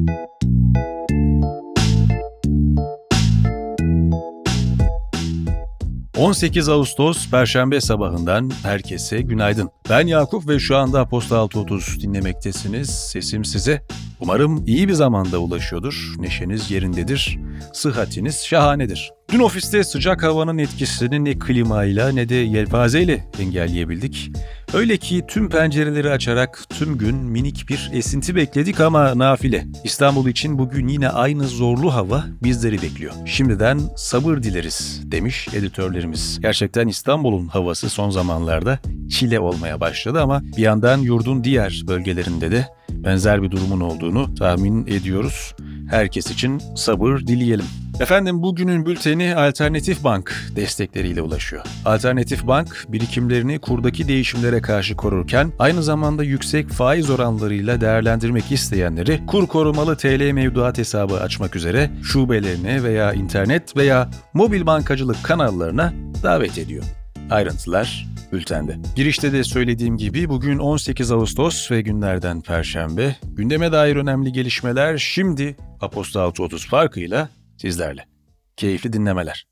...18 Ağustos Perşembe sabahından herkese günaydın. Ben Yakup ve şu anda Aposta 6.30 dinlemektesiniz. Sesim size umarım iyi bir zamanda ulaşıyordur. Neşeniz yerindedir, sıhhatiniz şahanedir. Dün ofiste sıcak havanın etkisini ne klimayla ne de yelpazeyle engelleyebildik. Öyle ki tüm pencereleri açarak tüm gün minik bir esinti bekledik ama nafile. İstanbul için bugün yine aynı zorlu hava bizleri bekliyor. Şimdiden sabır dileriz demiş editörlerimiz. Gerçekten İstanbul'un havası son zamanlarda çile olmaya başladı ama bir yandan yurdun diğer bölgelerinde de benzer bir durumun olduğunu tahmin ediyoruz. Herkes için sabır dileyelim. Efendim bugünün bülteni Alternatif Bank destekleriyle ulaşıyor. Alternatif Bank birikimlerini kurdaki değişimlere karşı korurken aynı zamanda yüksek faiz oranlarıyla değerlendirmek isteyenleri kur korumalı TL mevduat hesabı açmak üzere şubelerine veya internet veya mobil bankacılık kanallarına davet ediyor. Ayrıntılar bültende. Girişte de söylediğim gibi bugün 18 Ağustos ve günlerden Perşembe. Gündeme dair önemli gelişmeler şimdi Aposta 6.30 farkıyla sizlerle. Keyifli dinlemeler.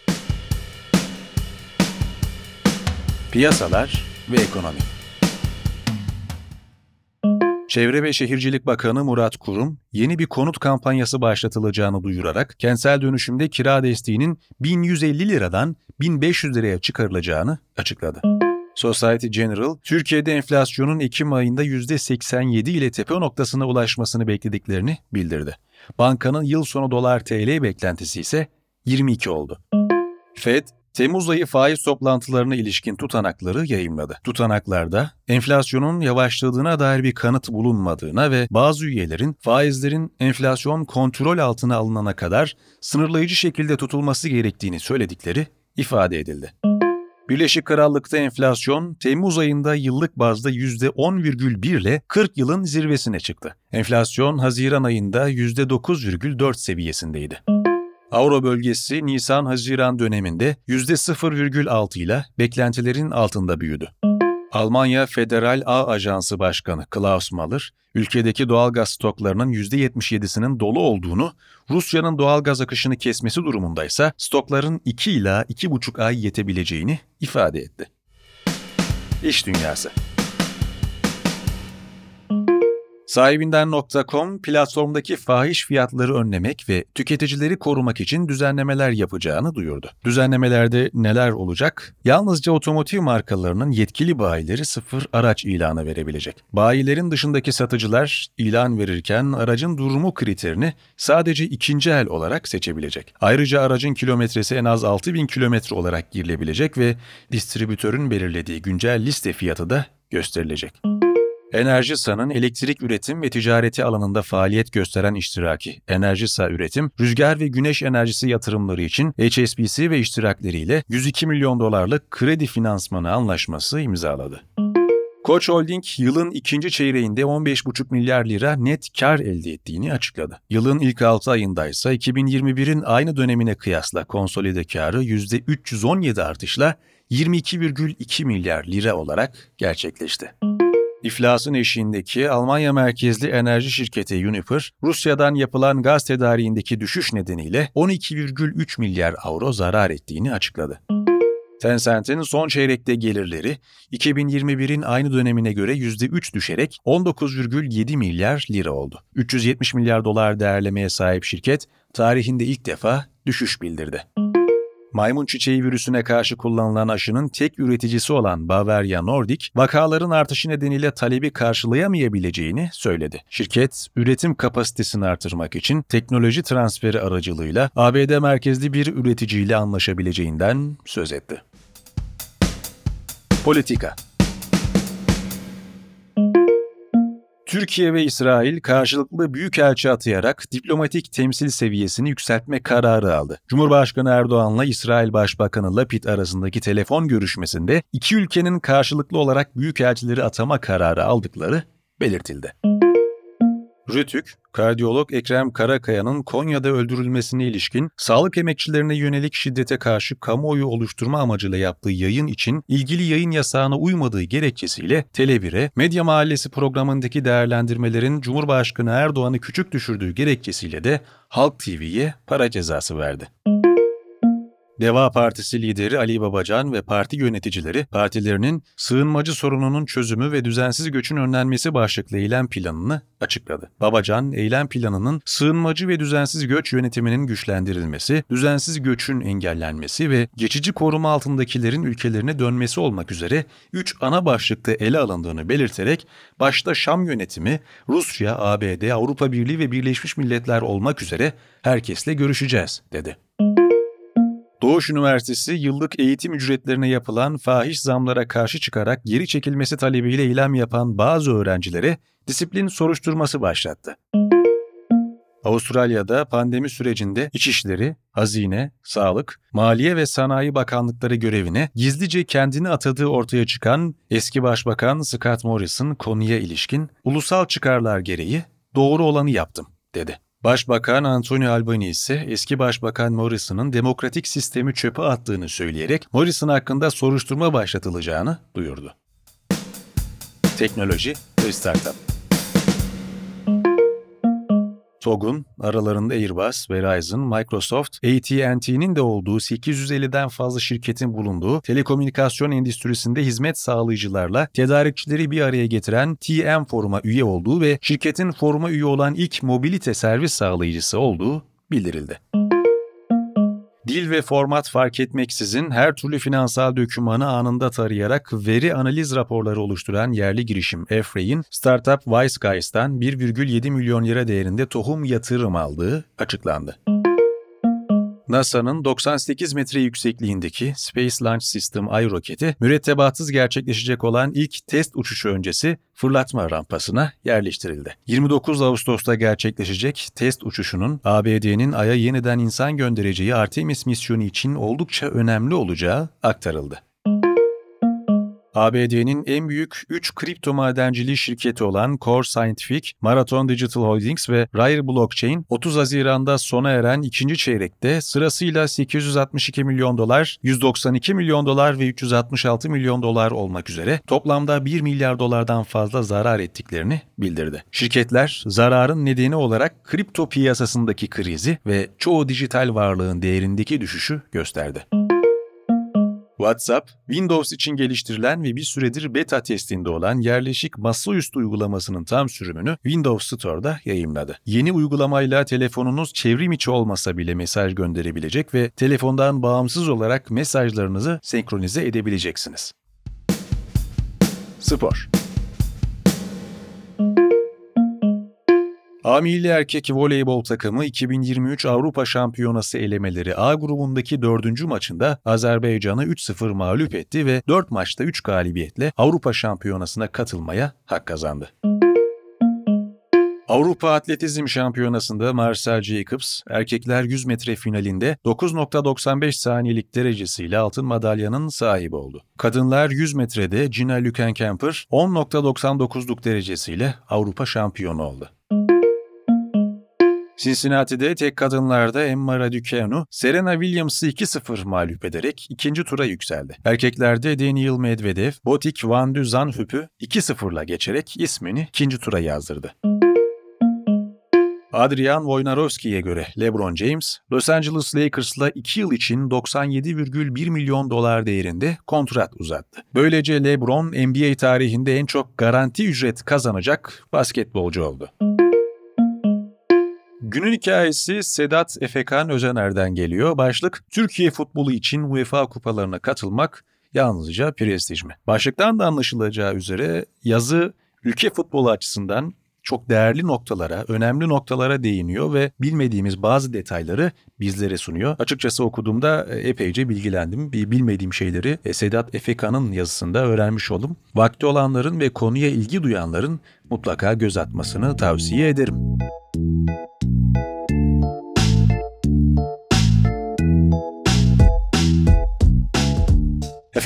Piyasalar ve ekonomi. Çevre ve Şehircilik Bakanı Murat Kurum, yeni bir konut kampanyası başlatılacağını duyurarak kentsel dönüşümde kira desteğinin 1150 liradan 1500 liraya çıkarılacağını açıkladı. Societe General, Türkiye'de enflasyonun Ekim ayında %87 ile tepe noktasına ulaşmasını beklediklerini bildirdi. Bankanın yıl sonu dolar-TL beklentisi ise 22 oldu. Fed, Temmuz ayı faiz toplantılarına ilişkin tutanakları yayımladı. Tutanaklarda enflasyonun yavaşladığına dair bir kanıt bulunmadığına ve bazı üyelerin faizlerin enflasyon kontrol altına alınana kadar sınırlayıcı şekilde tutulması gerektiğini söyledikleri ifade edildi. Birleşik Krallık'ta enflasyon Temmuz ayında yıllık bazda %10,1 ile 40 yılın zirvesine çıktı. Enflasyon Haziran ayında %9,4 seviyesindeydi. Avro bölgesi Nisan-Haziran döneminde %0,6 ile beklentilerin altında büyüdü. Almanya Federal Ağ Ajansı Başkanı Klaus Mahler, ülkedeki doğalgaz stoklarının %77'sinin dolu olduğunu, Rusya'nın doğalgaz akışını kesmesi durumundaysa stokların 2 ila 2,5 ay yetebileceğini ifade etti. İş Dünyası. Sahibinden.com, platformdaki fahiş fiyatları önlemek ve tüketicileri korumak için düzenlemeler yapacağını duyurdu. Düzenlemelerde neler olacak? Yalnızca otomotiv markalarının yetkili bayileri sıfır araç ilanı verebilecek. Bayilerin dışındaki satıcılar ilan verirken aracın durumu kriterini sadece ikinci el olarak seçebilecek. Ayrıca aracın kilometresi en az 6.000 kilometre olarak girilebilecek ve distribütörün belirlediği güncel liste fiyatı da gösterilecek. Enerjisa'nın elektrik üretim ve ticareti alanında faaliyet gösteren iştiraki Enerjisa Üretim, rüzgar ve güneş enerjisi yatırımları için HSBC ve iştirakleriyle $102 milyon kredi finansmanı anlaşması imzaladı. Koç Holding, yılın ikinci çeyreğinde 15,5 milyar lira net kar elde ettiğini açıkladı. Yılın ilk 6 ayında ise 2021'in aynı dönemine kıyasla konsolide karı %317 artışla 22,2 milyar lira olarak gerçekleşti. İflasın eşiğindeki Almanya merkezli enerji şirketi Uniper, Rusya'dan yapılan gaz tedariğindeki düşüş nedeniyle 12,3 milyar avro zarar ettiğini açıkladı. Tencent'in son çeyrekte gelirleri 2021'in aynı dönemine göre %3 düşerek 19,7 milyar lira oldu. 370 milyar dolar değerlemeye sahip şirket tarihinde ilk defa düşüş bildirdi. Maymun çiçeği virüsüne karşı kullanılan aşının tek üreticisi olan Bavaria Nordic, vakaların artışı nedeniyle talebi karşılayamayabileceğini söyledi. Şirket, üretim kapasitesini artırmak için teknoloji transferi aracılığıyla ABD merkezli bir üreticiyle anlaşabileceğinden söz etti. Politika. Türkiye ve İsrail karşılıklı büyükelçi atayarak diplomatik temsil seviyesini yükseltme kararı aldı. Cumhurbaşkanı Erdoğan'la İsrail Başbakanı Lapid arasındaki telefon görüşmesinde iki ülkenin karşılıklı olarak büyükelçileri atama kararı aldıkları belirtildi. Rütük, kardiyolog Ekrem Karakaya'nın Konya'da öldürülmesine ilişkin sağlık emekçilerine yönelik şiddete karşı kamuoyu oluşturma amacıyla yaptığı yayın için ilgili yayın yasağına uymadığı gerekçesiyle Tele1'e Medya Mahallesi programındaki değerlendirmelerin Cumhurbaşkanı Erdoğan'ı küçük düşürdüğü gerekçesiyle de Halk TV'ye para cezası verdi. Deva Partisi lideri Ali Babacan ve parti yöneticileri partilerinin sığınmacı sorununun çözümü ve düzensiz göçün önlenmesi başlıklı eylem planını açıkladı. Babacan, eylem planının sığınmacı ve düzensiz göç yönetiminin güçlendirilmesi, düzensiz göçün engellenmesi ve geçici koruma altındakilerin ülkelerine dönmesi olmak üzere 3 ana başlıkta ele alındığını belirterek başta Şam yönetimi, Rusya, ABD, Avrupa Birliği ve Birleşmiş Milletler olmak üzere herkesle görüşeceğiz, dedi. Doğuş Üniversitesi yıllık eğitim ücretlerine yapılan fahiş zamlara karşı çıkarak geri çekilmesi talebiyle eylem yapan bazı öğrencilere disiplin soruşturması başlattı. Avustralya'da pandemi sürecinde İçişleri, Hazine, Sağlık, Maliye ve Sanayi Bakanlıkları görevine gizlice kendini atadığı ortaya çıkan eski Başbakan Scott Morrison konuya ilişkin ulusal çıkarlar gereği doğru olanı yaptım, dedi. Başbakan Anthony Albanese ise eski Başbakan Morrison'ın demokratik sistemi çöpe attığını söyleyerek Morrison hakkında soruşturma başlatılacağını duyurdu. Teknoloji ve Startup. TOG'un aralarında Airbus, Verizon, Microsoft, AT&T'nin de olduğu 850'den fazla şirketin bulunduğu telekomünikasyon endüstrisinde hizmet sağlayıcılarla tedarikçileri bir araya getiren TM Forum'a üye olduğu ve şirketin foruma üye olan ilk mobilite servis sağlayıcısı olduğu bildirildi. Dil ve format fark etmeksizin her türlü finansal dokümanı anında tarayarak veri analiz raporları oluşturan yerli girişim F-Ray'in startup Wiseguys'tan 1,7 milyon lira değerinde tohum yatırım aldığı açıklandı. NASA'nın 98 metre yüksekliğindeki Space Launch System Ay roketi, mürettebatsız gerçekleşecek olan ilk test uçuşu öncesi fırlatma rampasına yerleştirildi. 29 Ağustos'ta gerçekleşecek test uçuşunun ABD'nin Ay'a yeniden insan göndereceği Artemis misyonu için oldukça önemli olacağı aktarıldı. ABD'nin en büyük 3 kripto madenciliği şirketi olan Core Scientific, Marathon Digital Holdings ve Rare Blockchain, 30 Haziran'da sona eren ikinci çeyrekte sırasıyla 862 milyon dolar, 192 milyon dolar ve 366 milyon dolar olmak üzere toplamda 1 milyar dolardan fazla zarar ettiklerini bildirdi. Şirketler, zararın nedeni olarak kripto piyasasındaki krizi ve çoğu dijital varlığın değerindeki düşüşü gösterdi. WhatsApp, Windows için geliştirilen ve bir süredir beta testinde olan yerleşik masaüstü uygulamasının tam sürümünü Windows Store'da yayımladı. Yeni uygulamayla telefonunuz çevrim içi olmasa bile mesaj gönderebilecek ve telefondan bağımsız olarak mesajlarınızı senkronize edebileceksiniz. Spor. A milli erkek voleybol takımı 2023 Avrupa Şampiyonası elemeleri A grubundaki 4. maçında Azerbaycan'ı 3-0 mağlup etti ve 4 maçta 3 galibiyetle Avrupa Şampiyonası'na katılmaya hak kazandı. Avrupa Atletizm Şampiyonası'nda Marcel Jacobs, erkekler 100 metre finalinde 9.95 saniyelik derecesiyle altın madalyanın sahibi oldu. Kadınlar 100 metrede Gina Lückenkämper 10.99'luk derecesiyle Avrupa şampiyonu oldu. Cincinnati'de tek kadınlarda Emma Raducanu, Serena Williams'ı 2-0 mağlup ederek ikinci tura yükseldi. Erkeklerde Daniil Medvedev, Botic van de Zandhup'u 2-0'la geçerek ismini ikinci tura yazdırdı. Adrian Wojnarowski'ye göre LeBron James, Los Angeles Lakers'la 2 yıl için 97,1 milyon dolar değerinde kontrat uzattı. Böylece LeBron, NBA tarihinde en çok garanti ücret kazanacak basketbolcu oldu. Günün hikayesi Sedat Efekan Özener'den geliyor. Başlık, Türkiye futbolu için UEFA kupalarına katılmak yalnızca prestij mi? Başlıktan da anlaşılacağı üzere yazı ülke futbolu açısından çok değerli noktalara, önemli noktalara değiniyor ve bilmediğimiz bazı detayları bizlere sunuyor. Açıkçası okuduğumda epeyce bilgilendim. Bilmediğim şeyleri Sedat Efekan'ın yazısında öğrenmiş oldum. Vakti olanların ve konuya ilgi duyanların mutlaka göz atmasını tavsiye ederim.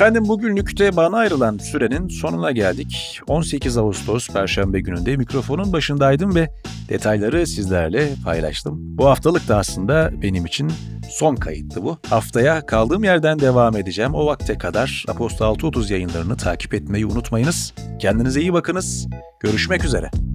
Efendim bugünlük de bana ayrılan sürenin sonuna geldik. 18 Ağustos Perşembe gününde mikrofonun başındaydım ve detayları sizlerle paylaştım. Bu haftalık da aslında benim için son kayıttı bu. Haftaya kaldığım yerden devam edeceğim. O vakte kadar Aposto 6.30 yayınlarını takip etmeyi unutmayınız. Kendinize iyi bakınız. Görüşmek üzere.